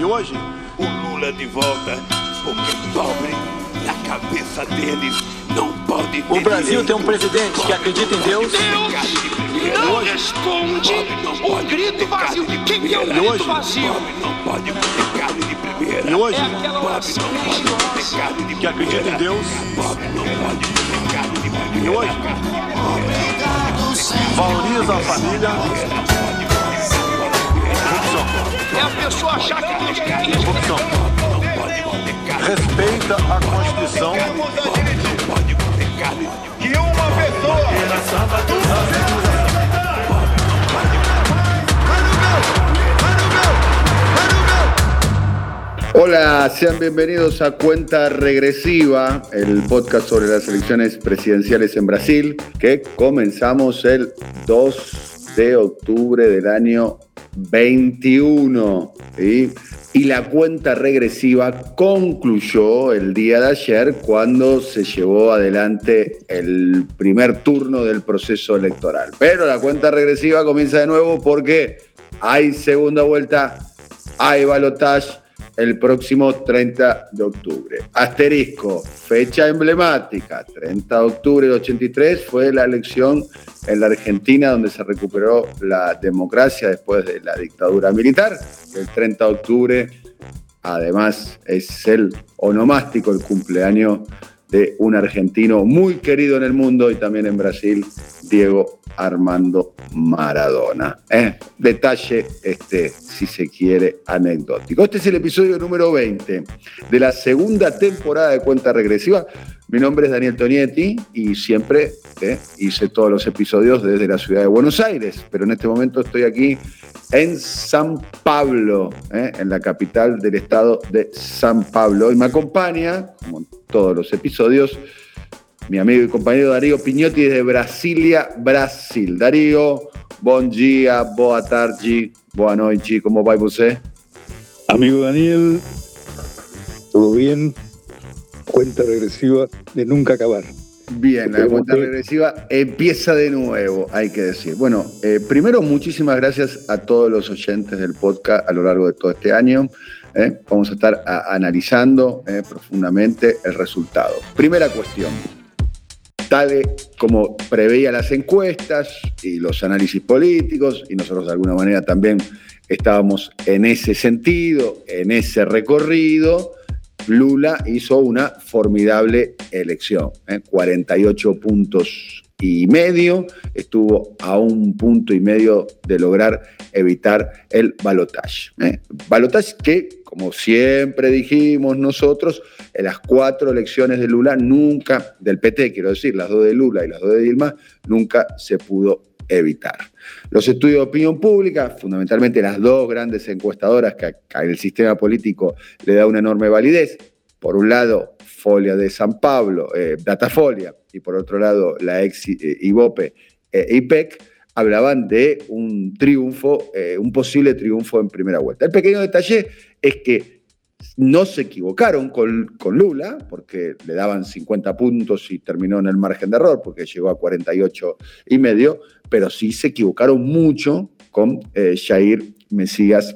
E hoje, o Lula de volta, porque pobre, na cabeça deles, não pode ter o Brasil direito. tem um presidente que acredita em Deus. Deus não responde o grito vazio. Quem é o grito vazio? Não pode comer carne de primeira. E hoje, É aquela oração religiosa que acredita em Deus. Pobre não pode comer carne de primeira. E hoje, valoriza a família. é a pessoa achar que Deus quer isso. Corrupção. Respeita a Constituição. Que uma pessoa Hola, sean bienvenidos a Cuenta Regresiva, el podcast sobre las elecciones presidenciales en Brasil, que comenzamos el 2 de octubre del año 21. ¿Sí? Y la cuenta regresiva concluyó el día de ayer cuando se llevó adelante el primer turno del proceso electoral. Pero la cuenta regresiva comienza de nuevo porque hay segunda vuelta, hay balotaje el próximo 30 de octubre. Asterisco, fecha emblemática, 30 de octubre del 83 fue la elección en la Argentina donde se recuperó la democracia después de la dictadura militar. El 30 de octubre, además, es el onomástico, el cumpleaños de un argentino muy querido en el mundo y también en Brasil, Diego Armando Maradona. Detalle, si se quiere, anecdótico. Este es el episodio número 20 de la segunda temporada de Cuenta Regresiva. Mi nombre es Daniel Tonietti y siempre hice todos los episodios desde la ciudad de Buenos Aires, pero en este momento estoy aquí en San Pablo, en la capital del estado de San Pablo. Y me acompaña, como en todos los episodios, mi amigo y compañero Darío Pignotti desde Brasilia, Brasil. Darío, bom dia, boa tarde, boa noite, ¿cómo va usted? Amigo Daniel, ¿todo bien? Cuenta regresiva de nunca acabar. Bien, la cuenta regresiva empieza de nuevo, hay que decir. Bueno, primero, muchísimas gracias a todos los oyentes del podcast a lo largo de todo este año. Vamos a estar analizando profundamente el resultado. Primera cuestión. Tal como preveía las encuestas y los análisis políticos, y nosotros de alguna manera también estábamos en ese sentido, en ese recorrido, Lula hizo una formidable elección, 48 puntos y medio, estuvo a 1,5 puntos de lograr evitar el balotaje. Balotaje que, como siempre dijimos nosotros, en las 4 elecciones de Lula nunca, del PT quiero decir, las 2 de Lula y las 2 de Dilma, nunca se pudo evitar. Los estudios de opinión pública, fundamentalmente las 2 grandes encuestadoras que al sistema político le da una enorme validez, por un lado Folia de San Pablo, Datafolia, y por otro lado la ex Ibope, IPEC, hablaban de un triunfo, un posible triunfo en primera vuelta. El pequeño detalle es que no se equivocaron con Lula, porque le daban 50 puntos y terminó en el margen de error, porque llegó a 48 y medio, pero sí se equivocaron mucho con Jair Mesías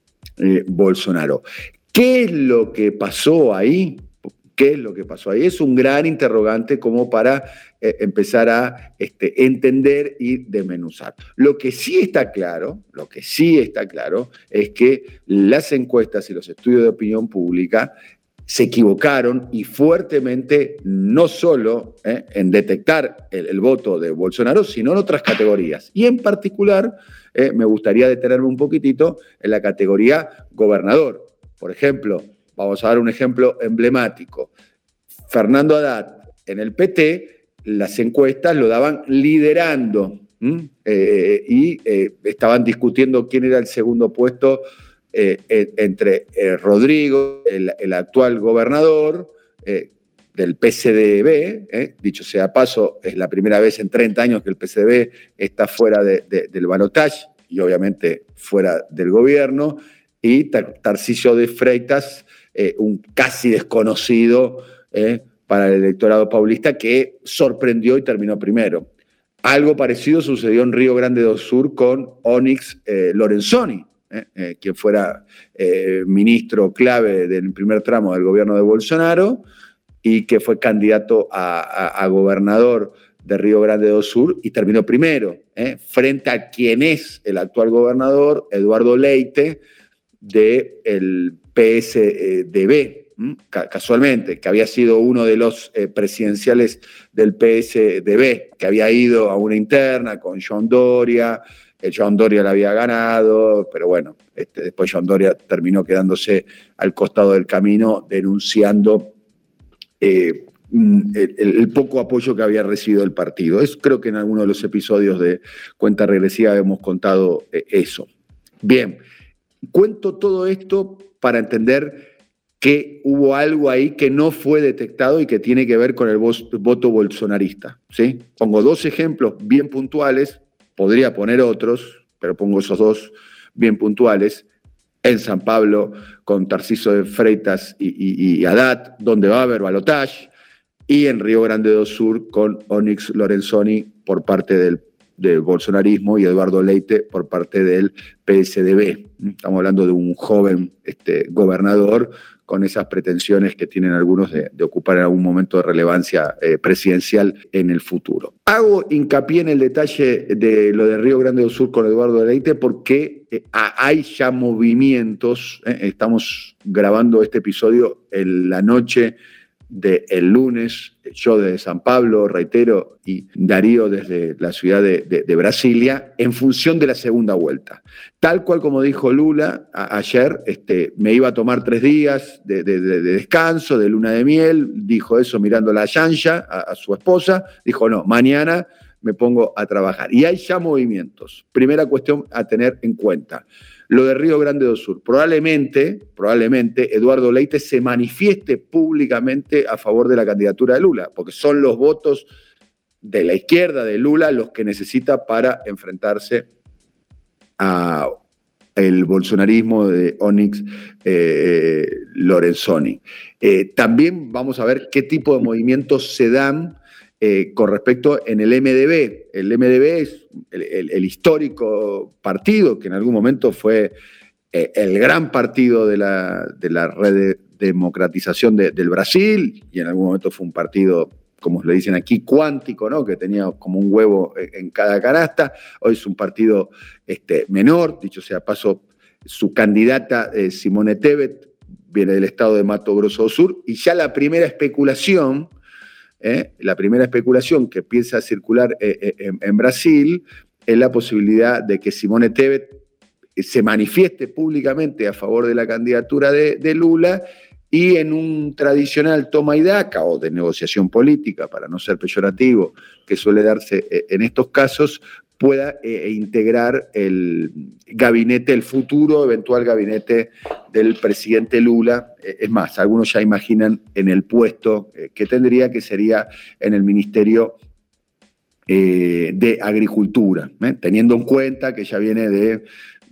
Bolsonaro. ¿Qué es lo que pasó ahí? ¿Qué es lo que pasó ahí? Es un gran interrogante como para empezar a entender y desmenuzar. Lo que sí está claro es que las encuestas y los estudios de opinión pública se equivocaron y fuertemente, no solo en detectar el voto de Bolsonaro, sino en otras categorías. Y en particular, me gustaría detenerme un poquitito en la categoría gobernador. Por ejemplo, vamos a dar un ejemplo emblemático. Fernando Haddad en el PT, las encuestas lo daban liderando y estaban discutiendo quién era el segundo puesto entre Rodrigo, el actual gobernador del PCDB, dicho sea paso, es la primera vez en 30 años que el PCDB está fuera del balotaje y obviamente fuera del gobierno, y Tarcísio de Freitas, un casi desconocido para el electorado paulista que sorprendió y terminó primero. Algo parecido sucedió en Río Grande do Sur con Onyx Lorenzoni, quien fuera ministro clave del primer tramo del gobierno de Bolsonaro y que fue candidato a gobernador de Río Grande do Sur y terminó primero, frente a quien es el actual gobernador, Eduardo Leite, del PSDB, casualmente, que había sido uno de los presidenciales del PSDB, que había ido a una interna con John Doria. John Doria la había ganado, pero bueno, después John Doria terminó quedándose al costado del camino denunciando el poco apoyo que había recibido el partido. Creo que en alguno de los episodios de Cuenta Regresiva hemos contado eso. Bien, cuento todo esto para entender que hubo algo ahí que no fue detectado y que tiene que ver con el voto bolsonarista, ¿sí? Pongo dos ejemplos bien puntuales, podría poner otros, pero pongo esos dos bien puntuales. En San Pablo, con Tarcísio de Freitas y Haddad, donde va a haber balotaje, y en Río Grande do Sur con Onyx Lorenzoni por parte del bolsonarismo y Eduardo Leite por parte del PSDB. Estamos hablando de un joven gobernador con esas pretensiones que tienen algunos de ocupar en algún momento de relevancia presidencial en el futuro. Hago hincapié en el detalle de lo de Río Grande do Sur con Eduardo Leite porque hay ya movimientos. Estamos grabando este episodio en la noche del lunes, yo desde San Pablo, reitero, y Darío desde la ciudad de Brasilia, en función de la segunda vuelta. Tal cual como dijo Lula ayer, me iba a tomar 3 días de descanso, de luna de miel, dijo eso mirando la Yanja, a su esposa, dijo no, mañana me pongo a trabajar. Y hay ya movimientos. Primera cuestión a tener en cuenta. Lo de Río Grande do Sur. Probablemente Eduardo Leite se manifieste públicamente a favor de la candidatura de Lula, porque son los votos de la izquierda de Lula los que necesita para enfrentarse a el bolsonarismo de Onyx Lorenzoni. También vamos a ver qué tipo de movimientos se dan con respecto en el MDB. El MDB es el histórico partido que en algún momento fue el gran partido de la redemocratización del Brasil y en algún momento fue un partido, como le dicen aquí, cuántico, ¿no? Que tenía como un huevo en cada canasta. Hoy es un partido menor, dicho sea paso, su candidata Simone Tebet viene del estado de Mato Grosso do Sur y ya la primera especulación que empieza a circular en Brasil es la posibilidad de que Simone Tebet se manifieste públicamente a favor de la candidatura de Lula y en un tradicional toma y daca o de negociación política, para no ser peyorativo, que suele darse en estos casos, pueda integrar el gabinete, el futuro eventual gabinete del presidente Lula. Es más, algunos ya imaginan en el puesto que tendría, que sería en el Ministerio de Agricultura, teniendo en cuenta que ya viene de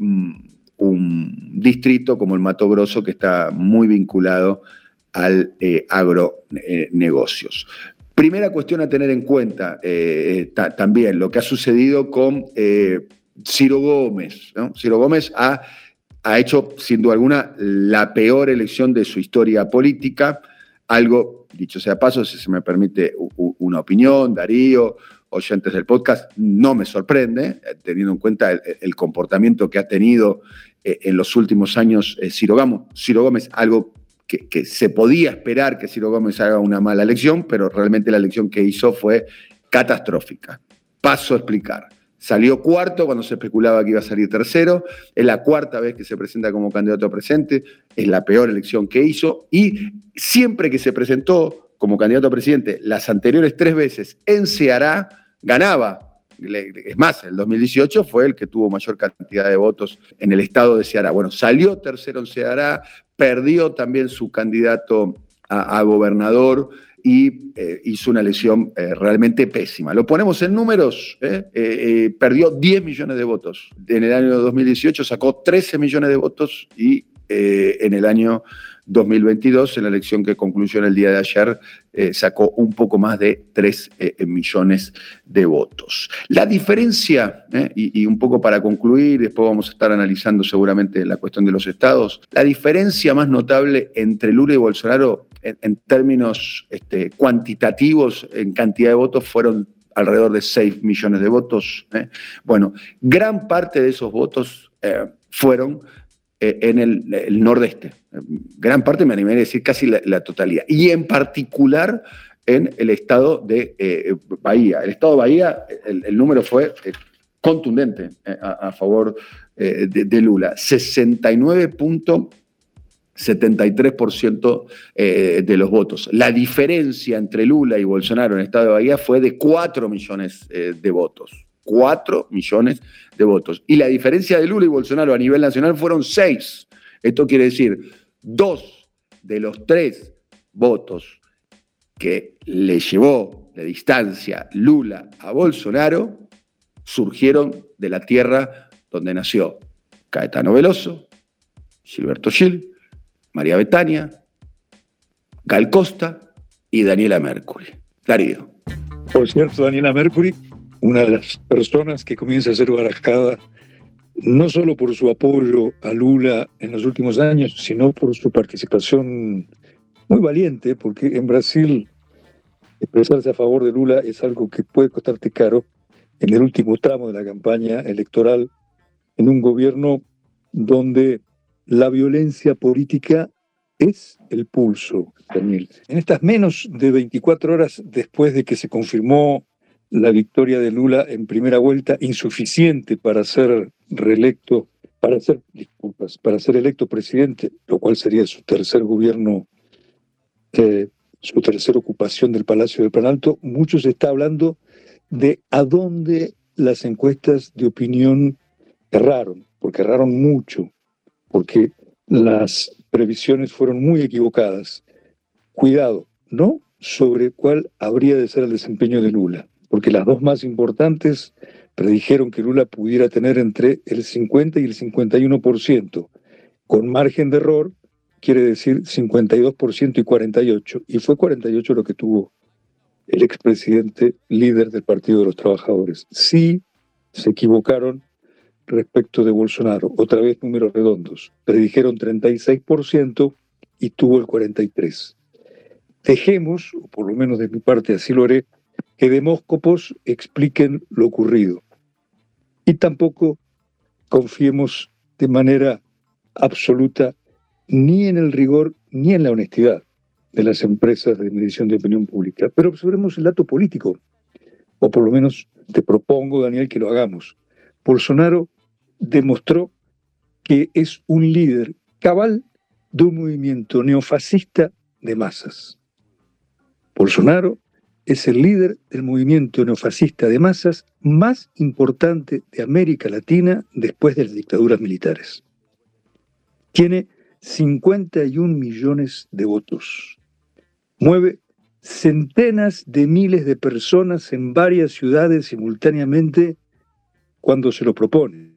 un distrito como el Mato Grosso que está muy vinculado al agronegocios. Primera cuestión a tener en cuenta también lo que ha sucedido con Ciro Gómez, ¿no? Ciro Gómez ha hecho, sin duda alguna, la peor elección de su historia política. Algo, dicho sea paso, si se me permite una opinión, Darío, oyentes del podcast, no me sorprende, teniendo en cuenta el comportamiento que ha tenido en los últimos años Ciro Gómez, algo que se podía esperar que Ciro Gómez haga una mala elección, pero realmente la elección que hizo fue catastrófica. Paso a explicar. Salió cuarto cuando se especulaba que iba a salir tercero, es la cuarta vez que se presenta como candidato a presidente, es la peor elección que hizo, y siempre que se presentó como candidato a presidente, las anteriores 3 veces en Ceará, ganaba. Es más, el 2018 fue el que tuvo mayor cantidad de votos en el estado de Ceará. Bueno, salió tercero en Ceará, perdió también su candidato a gobernador y hizo una elección realmente pésima. Lo ponemos en números, perdió 10 millones de votos. En el año 2018 sacó 13 millones de votos y en el año 2022, en la elección que concluyó en el día de ayer, sacó un poco más de 3 millones de votos. La diferencia, y un poco para concluir, después vamos a estar analizando seguramente la cuestión de los estados, la diferencia más notable entre Lula y Bolsonaro en términos cuantitativos, en cantidad de votos, fueron alrededor de 6 millones de votos. Bueno, gran parte de esos votos fueron en el nordeste. Gran parte, me animaría a decir casi la totalidad. Y en particular en el estado de Bahía. El estado de Bahía, el número fue contundente a favor de Lula. 69.73% de los votos. La diferencia entre Lula y Bolsonaro en el estado de Bahía fue de 4 millones de votos. 4 millones de votos. Y la diferencia de Lula y Bolsonaro a nivel nacional fueron 6. Esto quiere decir, 2 de los 3 votos que le llevó de distancia Lula a Bolsonaro surgieron de la tierra donde nació Caetano Veloso, Gilberto Gil, María Betania, Gal Costa y Daniela Mercury. Darío. Por cierto, Daniela Mercury, una de las personas que comienza a ser barajada no solo por su apoyo a Lula en los últimos años, sino por su participación muy valiente, porque en Brasil expresarse a favor de Lula es algo que puede costarte caro en el último tramo de la campaña electoral, en un gobierno donde la violencia política es el pulso, Daniel. En estas menos de 24 horas después de que se confirmó la victoria de Lula en primera vuelta, insuficiente para ser reelecto, para ser electo presidente, lo cual sería su tercer gobierno, su tercera ocupación del Palacio del Planalto, mucho se está hablando de a dónde las encuestas de opinión erraron, porque erraron mucho, porque las previsiones fueron muy equivocadas. Cuidado, no sobre cuál habría de ser el desempeño de Lula, porque las dos más importantes predijeron que Lula pudiera tener entre el 50 y el 51%, con margen de error, quiere decir 52% y 48%, y fue 48% lo que tuvo el expresidente líder del Partido de los Trabajadores. Sí, se equivocaron respecto de Bolsonaro, otra vez números redondos, predijeron 36% y tuvo el 43%. Dejemos, o por lo menos de mi parte así lo haré, que demóscopos expliquen lo ocurrido. Y tampoco confiemos de manera absoluta ni en el rigor ni en la honestidad de las empresas de medición de opinión pública. Pero observemos el dato político, o por lo menos te propongo, Daniel, que lo hagamos. Bolsonaro demostró que es un líder cabal de un movimiento neofascista de masas. Bolsonaro es el líder del movimiento neofascista de masas más importante de América Latina después de las dictaduras militares. Tiene 51 millones de votos. Mueve centenas de miles de personas en varias ciudades simultáneamente cuando se lo propone.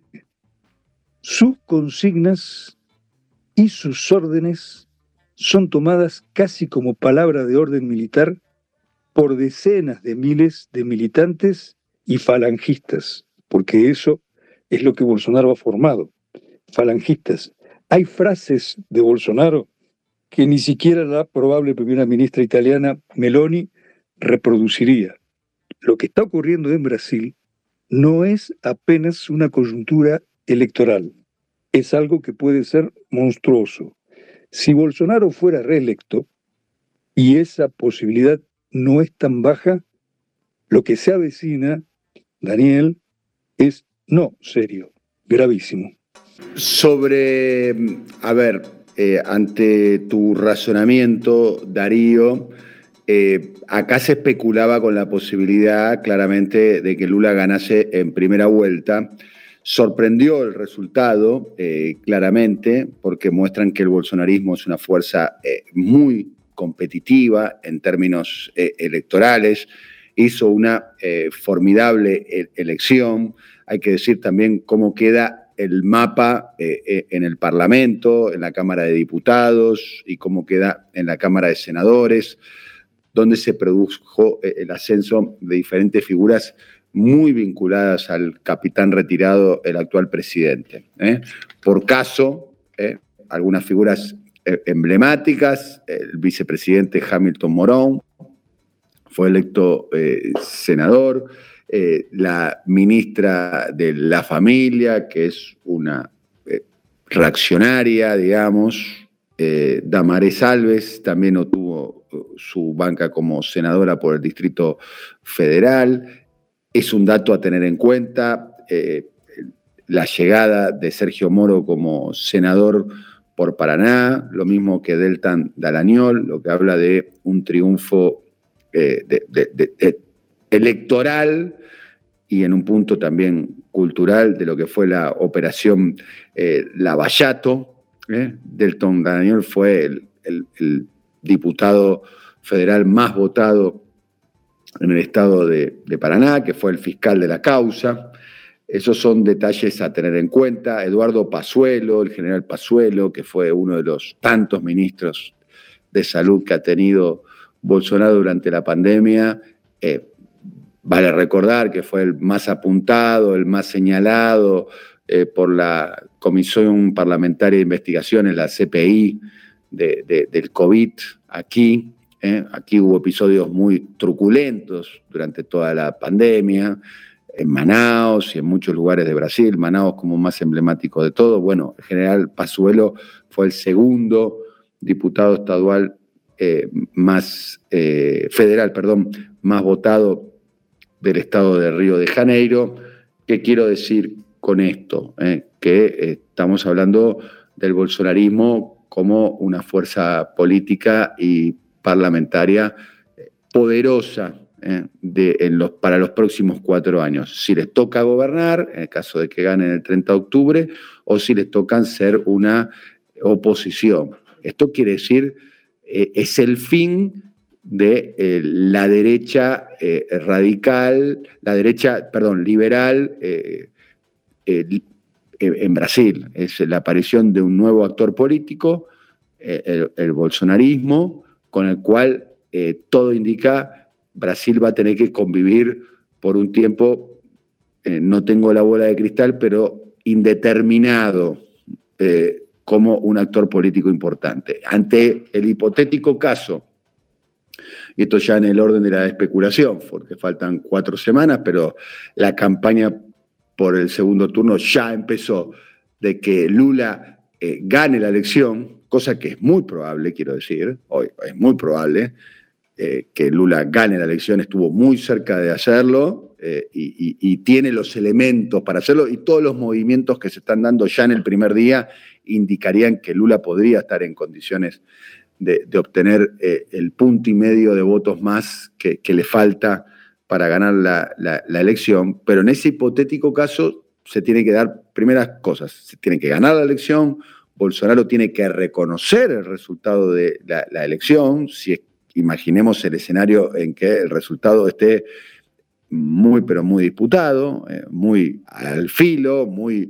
Sus consignas y sus órdenes son tomadas casi como palabra de orden militar por decenas de miles de militantes y falangistas, porque eso es lo que Bolsonaro ha formado, falangistas. Hay frases de Bolsonaro que ni siquiera la probable primera ministra italiana Meloni reproduciría. Lo que está ocurriendo en Brasil no es apenas una coyuntura electoral, es algo que puede ser monstruoso. Si Bolsonaro fuera reelecto, y esa posibilidad no es tan baja, lo que se avecina, Daniel, es no serio, gravísimo. Ante tu razonamiento, Darío, acá se especulaba con la posibilidad claramente de que Lula ganase en primera vuelta. Sorprendió el resultado, claramente, porque muestran que el bolsonarismo es una fuerza muy competitiva en términos electorales. Hizo una formidable elección. Hay que decir también cómo queda el mapa en el Parlamento, en la Cámara de Diputados y cómo queda en la Cámara de Senadores, donde se produjo el ascenso de diferentes figuras muy vinculadas al capitán retirado, el actual presidente. Por caso, algunas figuras emblemáticas, el vicepresidente Hamilton Mourón fue electo senador, la ministra de la Familia, que es una reaccionaria, digamos, Damares Alves, también obtuvo su banca como senadora por el Distrito Federal. Es un dato a tener en cuenta la llegada de Sergio Moro como senador por Paraná, lo mismo que Deltan Dalañol, lo que habla de un triunfo electoral y en un punto también cultural de lo que fue la operación Lavallato. Deltan Dalañol fue el diputado federal más votado en el estado de Paraná, que fue el fiscal de la causa. Esos son detalles a tener en cuenta. Eduardo Pazuello, el general Pazuello, que fue uno de los tantos ministros de salud que ha tenido Bolsonaro durante la pandemia, vale recordar que fue el más apuntado, el más señalado por la Comisión Parlamentaria de Investigaciones, la CPI, del COVID aquí. Aquí hubo episodios muy truculentos durante toda la pandemia, en Manaos y en muchos lugares de Brasil, Manaos como más emblemático de todo. Bueno, el general Pazuello fue el segundo diputado estadual federal, más votado del estado de Río de Janeiro. ¿Qué quiero decir con esto? Que estamos hablando del bolsonarismo como una fuerza política y parlamentaria poderosa para los próximos 4 años. Si les toca gobernar, en el caso de que ganen el 30 de octubre, o si les tocan ser una oposición. Esto quiere decir, es el fin de la derecha liberal en Brasil. Es la aparición de un nuevo actor político, el bolsonarismo, con el cual todo indica Brasil va a tener que convivir por un tiempo, no tengo la bola de cristal, pero indeterminado, como un actor político importante. Ante el hipotético caso, y esto ya en el orden de la especulación, porque faltan 4 semanas, pero la campaña por el segundo turno ya empezó, de que Lula gane la elección, cosa que es muy probable, quiero decir, hoy es muy probable que Lula gane la elección, estuvo muy cerca de hacerlo y tiene los elementos para hacerlo, y todos los movimientos que se están dando ya en el primer día indicarían que Lula podría estar en condiciones de obtener el 1,5 puntos de votos más que le falta para ganar la elección. Pero en ese hipotético caso se tiene que dar primeras cosas. Se tiene que ganar la elección, Bolsonaro tiene que reconocer el resultado de la elección, imaginemos el escenario en que el resultado esté muy, pero muy disputado, muy al filo, muy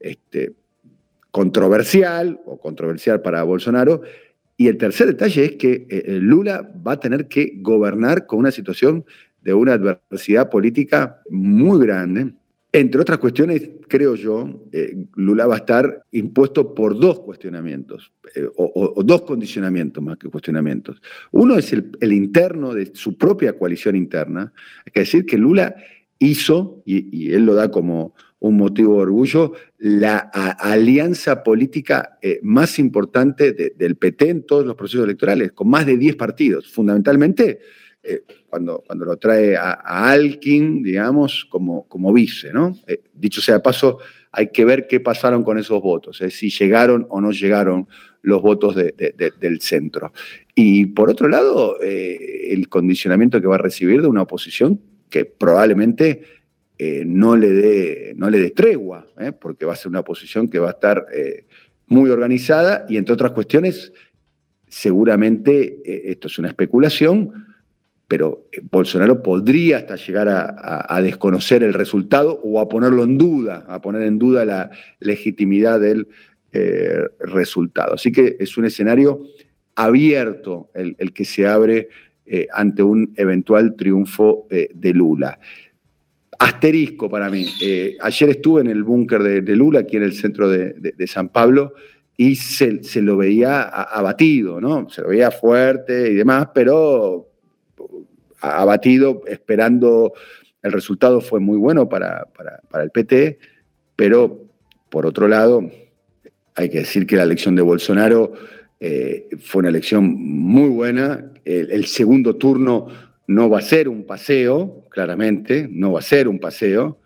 controversial para Bolsonaro. Y el tercer detalle es que Lula va a tener que gobernar con una situación de una adversidad política muy grande. Entre otras cuestiones, creo yo, Lula va a estar impuesto por 2 cuestionamientos, o 2 condicionamientos más que cuestionamientos. Uno es el interno de su propia coalición interna. Hay que decir que Lula hizo, y él lo da como un motivo de orgullo, la alianza política más importante del PT en todos los procesos electorales, con más de 10 partidos, fundamentalmente cuando lo trae a Alkin, digamos, como vice, ¿no? Dicho sea de paso, hay que ver qué pasaron con esos votos, si llegaron o no llegaron los votos del centro. Y por otro lado, el condicionamiento que va a recibir de una oposición que probablemente no le dé tregua, porque va a ser una oposición que va a estar muy organizada y, entre otras cuestiones, seguramente, esto es una especulación, pero Bolsonaro podría hasta llegar a desconocer el resultado o a ponerlo en duda, a poner en duda la legitimidad del resultado. Así que es un escenario abierto el que se abre ante un eventual triunfo de Lula. Asterisco para mí. Ayer estuve en el búnker de Lula, aquí en el centro de San Pablo, y se lo veía abatido, ¿no? Se lo veía fuerte y demás, pero abatido, esperando. El resultado fue muy bueno para el PT, pero por otro lado, hay que decir que la elección de Bolsonaro fue una elección muy buena. El segundo turno no va a ser un paseo, claramente, no va a ser un paseo,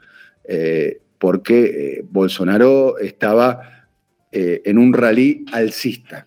porque Bolsonaro estaba en un rally alcista.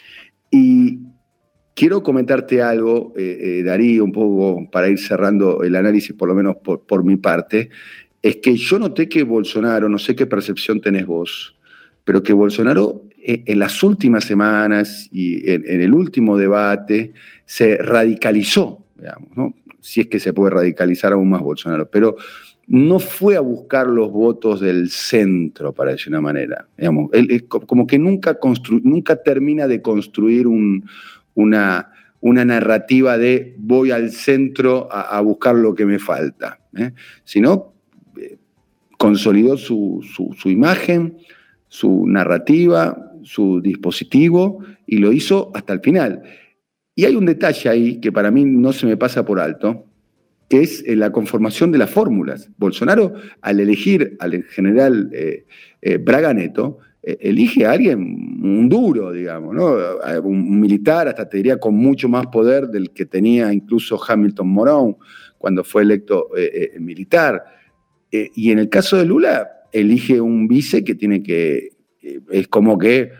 Y quiero comentarte algo, Darío, un poco para ir cerrando el análisis, por lo menos por mi parte, es que yo noté que Bolsonaro, no sé qué percepción tenés vos, pero que Bolsonaro en las últimas semanas y en el último debate se radicalizó, digamos, ¿no? Si es que se puede radicalizar aún más Bolsonaro, pero no fue a buscar los votos del centro, para decir una manera. Digamos, él como que nunca termina de construir una narrativa de voy al centro a buscar lo que me falta, sino consolidó su imagen, su narrativa, su dispositivo, y lo hizo hasta el final. Y hay un detalle ahí que para mí no se me pasa por alto, que es la conformación de las fórmulas. Bolsonaro, al elegir al general Braga Neto, elige a alguien, un duro, digamos, ¿no? Un militar, hasta te diría con mucho más poder del que tenía incluso Hamilton Mourón cuando fue electo militar. Y en el caso de Lula, elige un vice que tiene que, es como que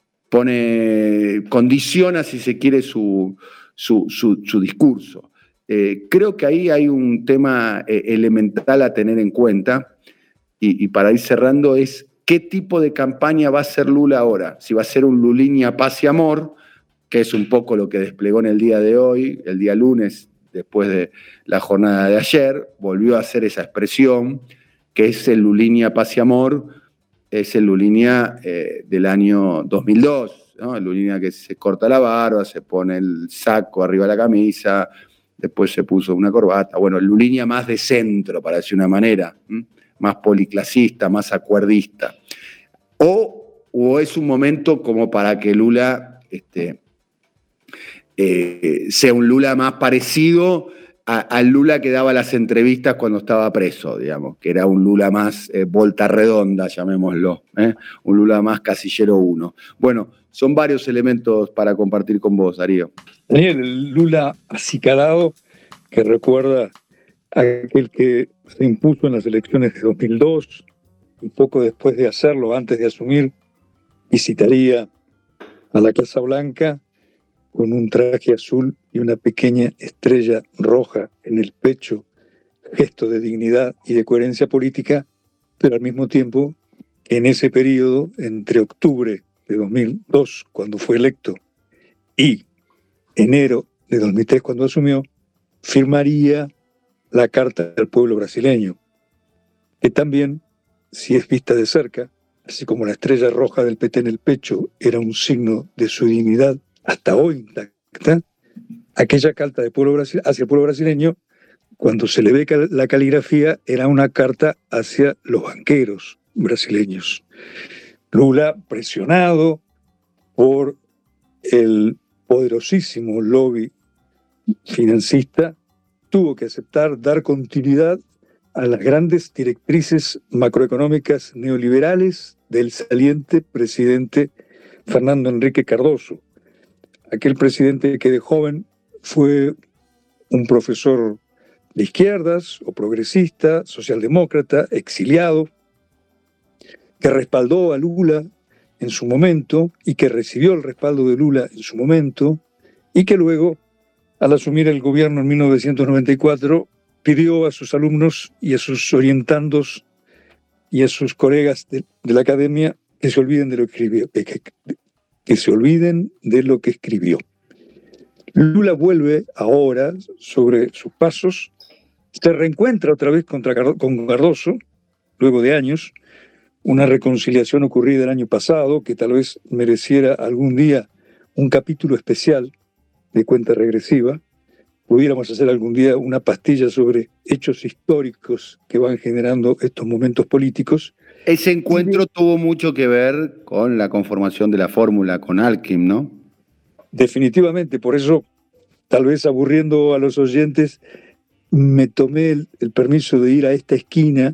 condiciona, si se quiere, su discurso. Creo que ahí hay un tema elemental a tener en cuenta, y para ir cerrando es qué tipo de campaña va a hacer Lula ahora. Si va a ser un Luliña paz y amor, que es un poco lo que desplegó en el día de hoy, el día lunes, después de la jornada de ayer, volvió a hacer esa expresión, que es el Luliña paz y amor, es el Luliña del año 2002, ¿no? El Luliña que se corta la barba, se pone el saco arriba de la camisa, después se puso una corbata. Bueno, el Luliña más de centro, para decir una manera, más policlasista, más acuerdista. O es un momento como para que Lula sea un Lula más parecido al Lula que daba las entrevistas cuando estaba preso, digamos, que era un Lula más volta redonda, llamémoslo, un Lula más casillero 1. Bueno, son varios elementos para compartir con vos, Darío. Daniel, el Lula acicalado que recuerda a aquel que se impuso en las elecciones de 2002 y poco después de hacerlo, antes de asumir, visitaría a la Casa Blanca con un traje azul y una pequeña estrella roja en el pecho, gesto de dignidad y de coherencia política, pero al mismo tiempo, en ese periodo, entre octubre de 2002, cuando fue electo, y enero de 2003, cuando asumió, firmaría la Carta del Pueblo Brasileño, que también, si es vista de cerca, así como la estrella roja del PT en el pecho era un signo de su dignidad, hasta hoy intacta, aquella carta del pueblo hacia el pueblo brasileño, cuando se le ve la caligrafía, era una carta hacia los banqueros brasileños. Lula, presionado por el poderosísimo lobby financista, tuvo que aceptar dar continuidad a las grandes directrices macroeconómicas neoliberales del saliente presidente Fernando Henrique Cardoso. Aquel presidente que de joven fue un profesor de izquierdas o progresista, socialdemócrata, exiliado, que respaldó a Lula en su momento y que recibió el respaldo de Lula en su momento, y que luego, al asumir el gobierno en 1994, pidió a sus alumnos y a sus orientandos y a sus colegas de la academia que se olviden de lo que escribió, que se olviden de lo que escribió. Lula vuelve ahora sobre sus pasos, se reencuentra otra vez con Cardoso, luego de años, una reconciliación ocurrida el año pasado que tal vez mereciera algún día un capítulo especial de Cuenta Regresiva. Pudiéramos hacer algún día una pastilla sobre hechos históricos que van generando estos momentos políticos. Ese encuentro tuvo mucho que ver con la conformación de la fórmula, con Alckmin, ¿no? Definitivamente, por eso, tal vez aburriendo a los oyentes, me tomé el permiso de ir a esta esquina,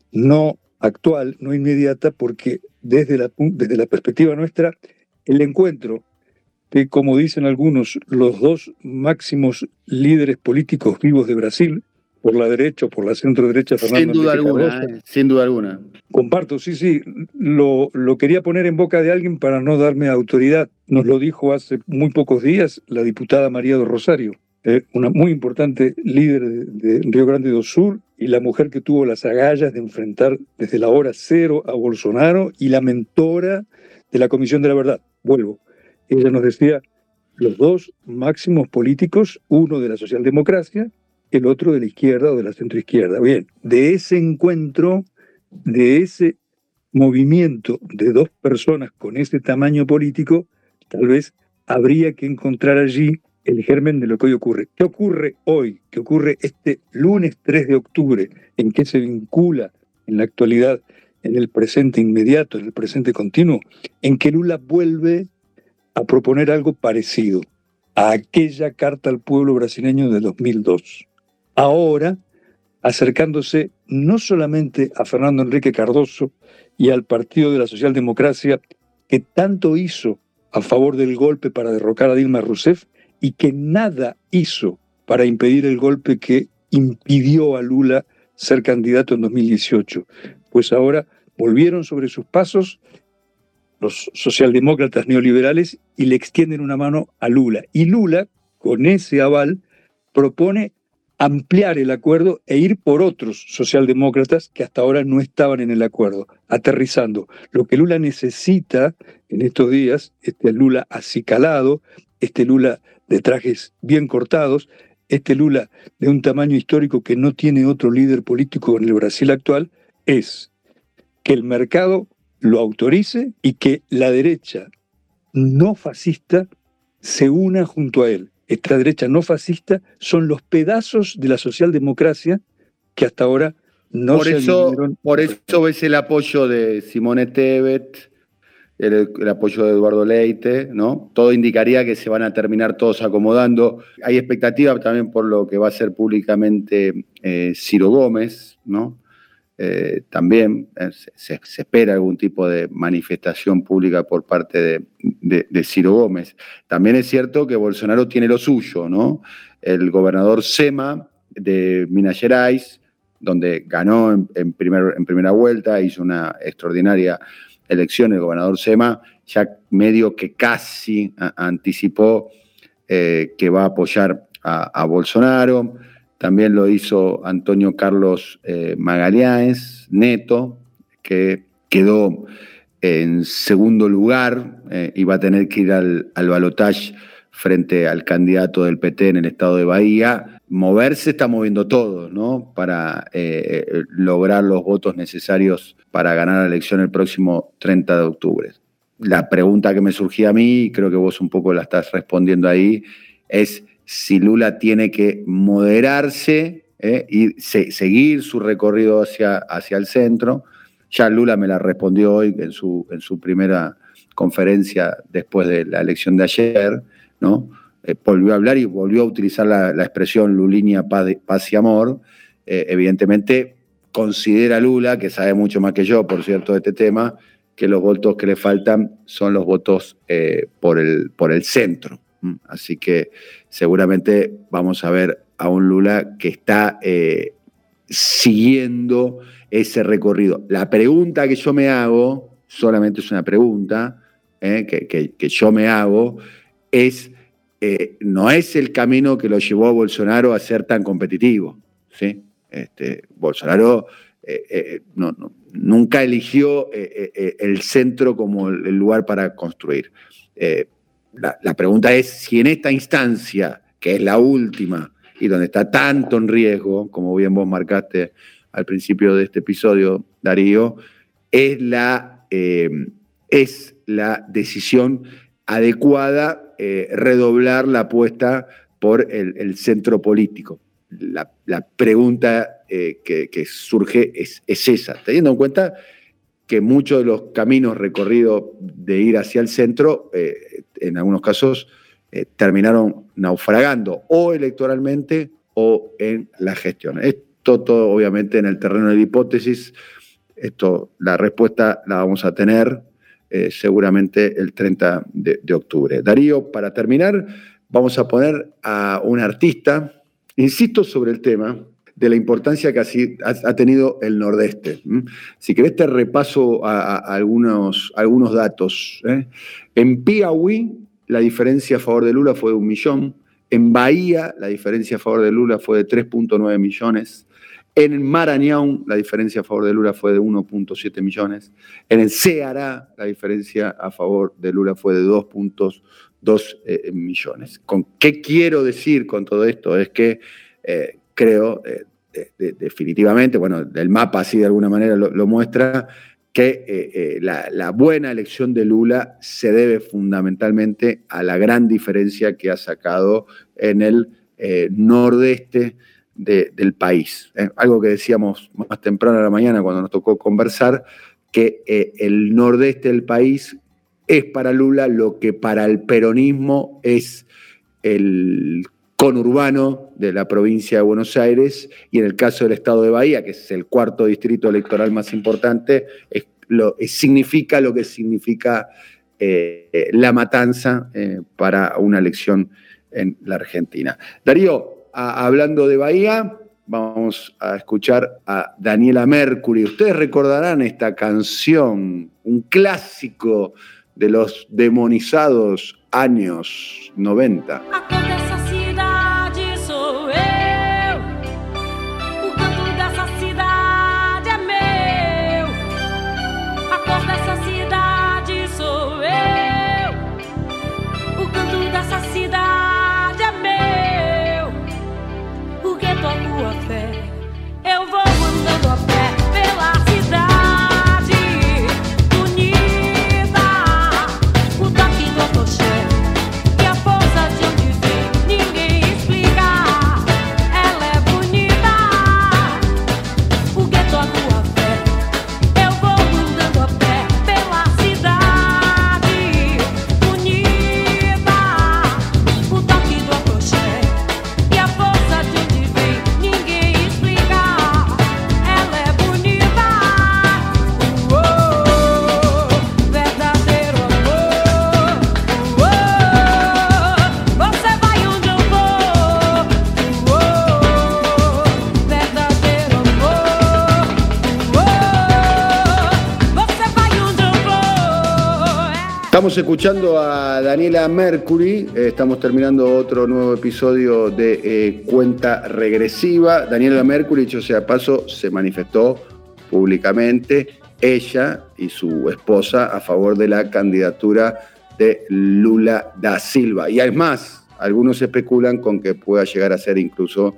no actual, no inmediata, porque desde la perspectiva nuestra, el encuentro de, como dicen algunos, los dos máximos líderes políticos vivos de Brasil, por la derecha o por la centro-derecha, Fernando Sin duda Henrique alguna, Cardoso. sin duda alguna. Comparto, sí, lo quería poner en boca de alguien para no darme autoridad. Nos lo dijo hace muy pocos días la diputada María do Rosario, una muy importante líder de Río Grande do Sul y la mujer que tuvo las agallas de enfrentar desde la hora cero a Bolsonaro y la mentora de la Comisión de la Verdad. Vuelvo. Ella nos decía, los dos máximos políticos, uno de la socialdemocracia, el otro de la izquierda o de la centroizquierda. Bien, de ese encuentro, de ese movimiento de dos personas con ese tamaño político, tal vez habría que encontrar allí el germen de lo que hoy ocurre. ¿Qué ocurre hoy? ¿Qué ocurre este lunes 3 de octubre? ¿En qué se vincula en la actualidad, en el presente inmediato, en el presente continuo? En que Lula vuelve a proponer algo parecido a aquella carta al pueblo brasileño de 2002. Ahora, acercándose no solamente a Fernando Henrique Cardoso y al Partido de la Socialdemocracia, que tanto hizo a favor del golpe para derrocar a Dilma Rousseff y que nada hizo para impedir el golpe que impidió a Lula ser candidato en 2018. Pues ahora volvieron sobre sus pasos los socialdemócratas neoliberales y le extienden una mano a Lula. Y Lula, con ese aval, propone ampliar el acuerdo e ir por otros socialdemócratas que hasta ahora no estaban en el acuerdo, aterrizando. Lo que Lula necesita en estos días, este Lula acicalado, este Lula de trajes bien cortados, este Lula de un tamaño histórico que no tiene otro líder político en el Brasil actual, es que el mercado lo autorice y que la derecha no fascista se una junto a él. Esta derecha no fascista son los pedazos de la socialdemocracia que hasta ahora no por se eso ves el apoyo de Simone Tebet, el apoyo de Eduardo Leite, ¿no? Todo indicaría que se van a terminar todos acomodando. Hay expectativa también por lo que va a hacer públicamente Ciro Gómez, ¿no? También se espera algún tipo de manifestación pública por parte de Ciro Gómez. También es cierto que Bolsonaro tiene lo suyo, ¿no? El gobernador Zema de Minas Gerais, donde ganó en primera vuelta, hizo una extraordinaria elección, el gobernador Zema ya medio que casi anticipó que va a apoyar a Bolsonaro. También lo hizo Antonio Carlos Magalhães Neto, que quedó en segundo lugar y va a tener que ir al balotaje frente al candidato del PT en el estado de Bahía. Moverse está moviendo todo, ¿no? Para lograr los votos necesarios para ganar la elección el próximo 30 de octubre. La pregunta que me surgía a mí, y creo que vos un poco la estás respondiendo ahí, es si Lula tiene que moderarse y seguir su recorrido hacia el centro. Ya Lula me la respondió hoy en su primera conferencia después de la elección de ayer, ¿no? Volvió a hablar y volvió a utilizar la expresión Luliña, paz y amor. Evidentemente considera Lula, que sabe mucho más que yo, por cierto, de este tema, que los votos que le faltan son los votos por el centro. Así que seguramente vamos a ver a un Lula que está siguiendo ese recorrido. La pregunta que yo me hago, solamente es una pregunta que yo me hago, es no es el camino que lo llevó a Bolsonaro a ser tan competitivo, ¿sí? Bolsonaro nunca eligió el centro como el lugar para construir. la pregunta es si en esta instancia, que es la última, y donde está tanto en riesgo, como bien vos marcaste al principio de este episodio, Darío, es la decisión adecuada redoblar la apuesta por el centro político. La pregunta que surge es esa, teniendo en cuenta que muchos de los caminos recorridos de ir hacia el centro, en algunos casos, terminaron naufragando, o electoralmente o en la gestión. Esto todo, obviamente, en el terreno de la hipótesis. La respuesta la vamos a tener seguramente el 30 de octubre. Darío, para terminar, vamos a poner a un artista. Insisto sobre el tema de la importancia que ha tenido el Nordeste. Si querés te repaso a algunos datos. En Piauí, la diferencia a favor de Lula fue de 1 millón. En Bahía, la diferencia a favor de Lula fue de 3.9 millones. En Maranhão, la diferencia a favor de Lula fue de 1.7 millones. En el Ceará, la diferencia a favor de Lula fue de 2.2 millones. ¿Qué quiero decir con todo esto? Es que creo, definitivamente, bueno, el mapa así de alguna manera lo muestra, que la buena elección de Lula se debe fundamentalmente a la gran diferencia que ha sacado en el nordeste del país. Algo que decíamos más temprano en la mañana cuando nos tocó conversar, que el nordeste del país es para Lula lo que para el peronismo es el conurbano de la provincia de Buenos Aires, y en el caso del estado de Bahía, que es el 4º distrito electoral más importante, significa lo que significa La Matanza para una elección en la Argentina. Darío, hablando de Bahía, vamos a escuchar a Daniela Mercury. Ustedes recordarán esta canción, un clásico de los demonizados años 90. Estamos escuchando a Daniela Mercury, estamos terminando otro nuevo episodio de Cuenta Regresiva. Daniela Mercury, dicho sea de paso, se manifestó públicamente, ella y su esposa, a favor de la candidatura de Lula da Silva. Y además, algunos especulan con que pueda llegar a ser incluso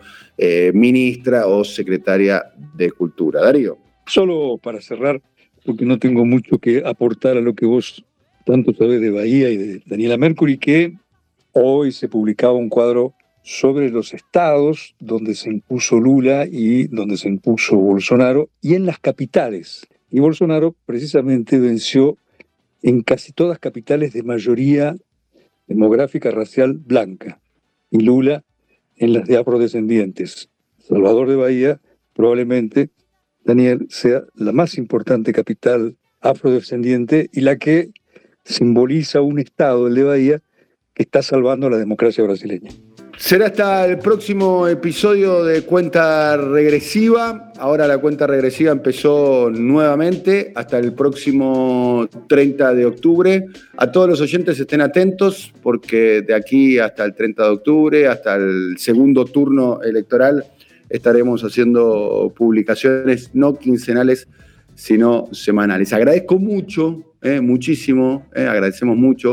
ministra o secretaria de Cultura. Darío. Solo para cerrar, porque no tengo mucho que aportar a lo que vos tanto sabés de Bahía y de Daniela Mercury, que hoy se publicaba un cuadro sobre los estados donde se impuso Lula y donde se impuso Bolsonaro, y en las capitales. Y Bolsonaro precisamente venció en casi todas capitales de mayoría demográfica racial blanca, y Lula en las de afrodescendientes. Salvador de Bahía, probablemente, Daniel, sea la más importante capital afrodescendiente y la que simboliza un estado, el de Bahía, que está salvando a la democracia brasileña. Será hasta el próximo episodio de Cuenta Regresiva. Ahora la cuenta regresiva empezó nuevamente hasta el próximo 30 de octubre. A todos los oyentes estén atentos, porque de aquí hasta el 30 de octubre, hasta el segundo turno electoral, estaremos haciendo publicaciones no quincenales, sino semanales. Agradezco mucho, muchísimo, agradecemos mucho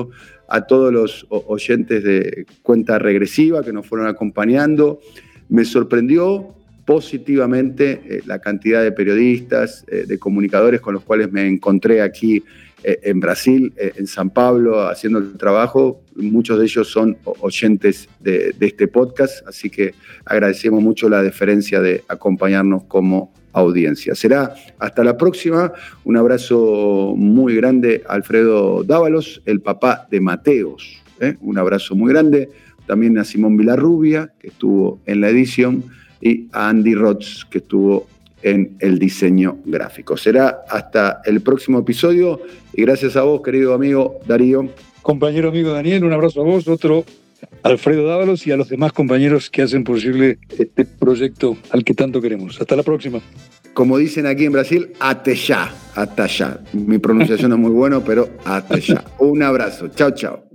a todos los oyentes de Cuenta Regresiva que nos fueron acompañando. Me sorprendió positivamente la cantidad de periodistas, de comunicadores con los cuales me encontré aquí en Brasil, en San Pablo, haciendo el trabajo. Muchos de ellos son oyentes de este podcast, así que agradecemos mucho la deferencia de acompañarnos como audiencia. Será hasta la próxima. Un abrazo muy grande a Alfredo Dávalos, el papá de Mateos. Un abrazo muy grande. También a Simón Vilarrubia, que estuvo en la edición, y a Andy Rotz, que estuvo en el diseño gráfico. Será hasta el próximo episodio y gracias a vos, querido amigo Darío. Compañero amigo Daniel, un abrazo a vos, otro Alfredo Dávalos y a los demás compañeros que hacen posible este proyecto al que tanto queremos. Hasta la próxima. Como dicen aquí en Brasil, até ya, hasta allá. Mi pronunciación no es muy buena, pero hasta allá. Un abrazo. Chao, chao.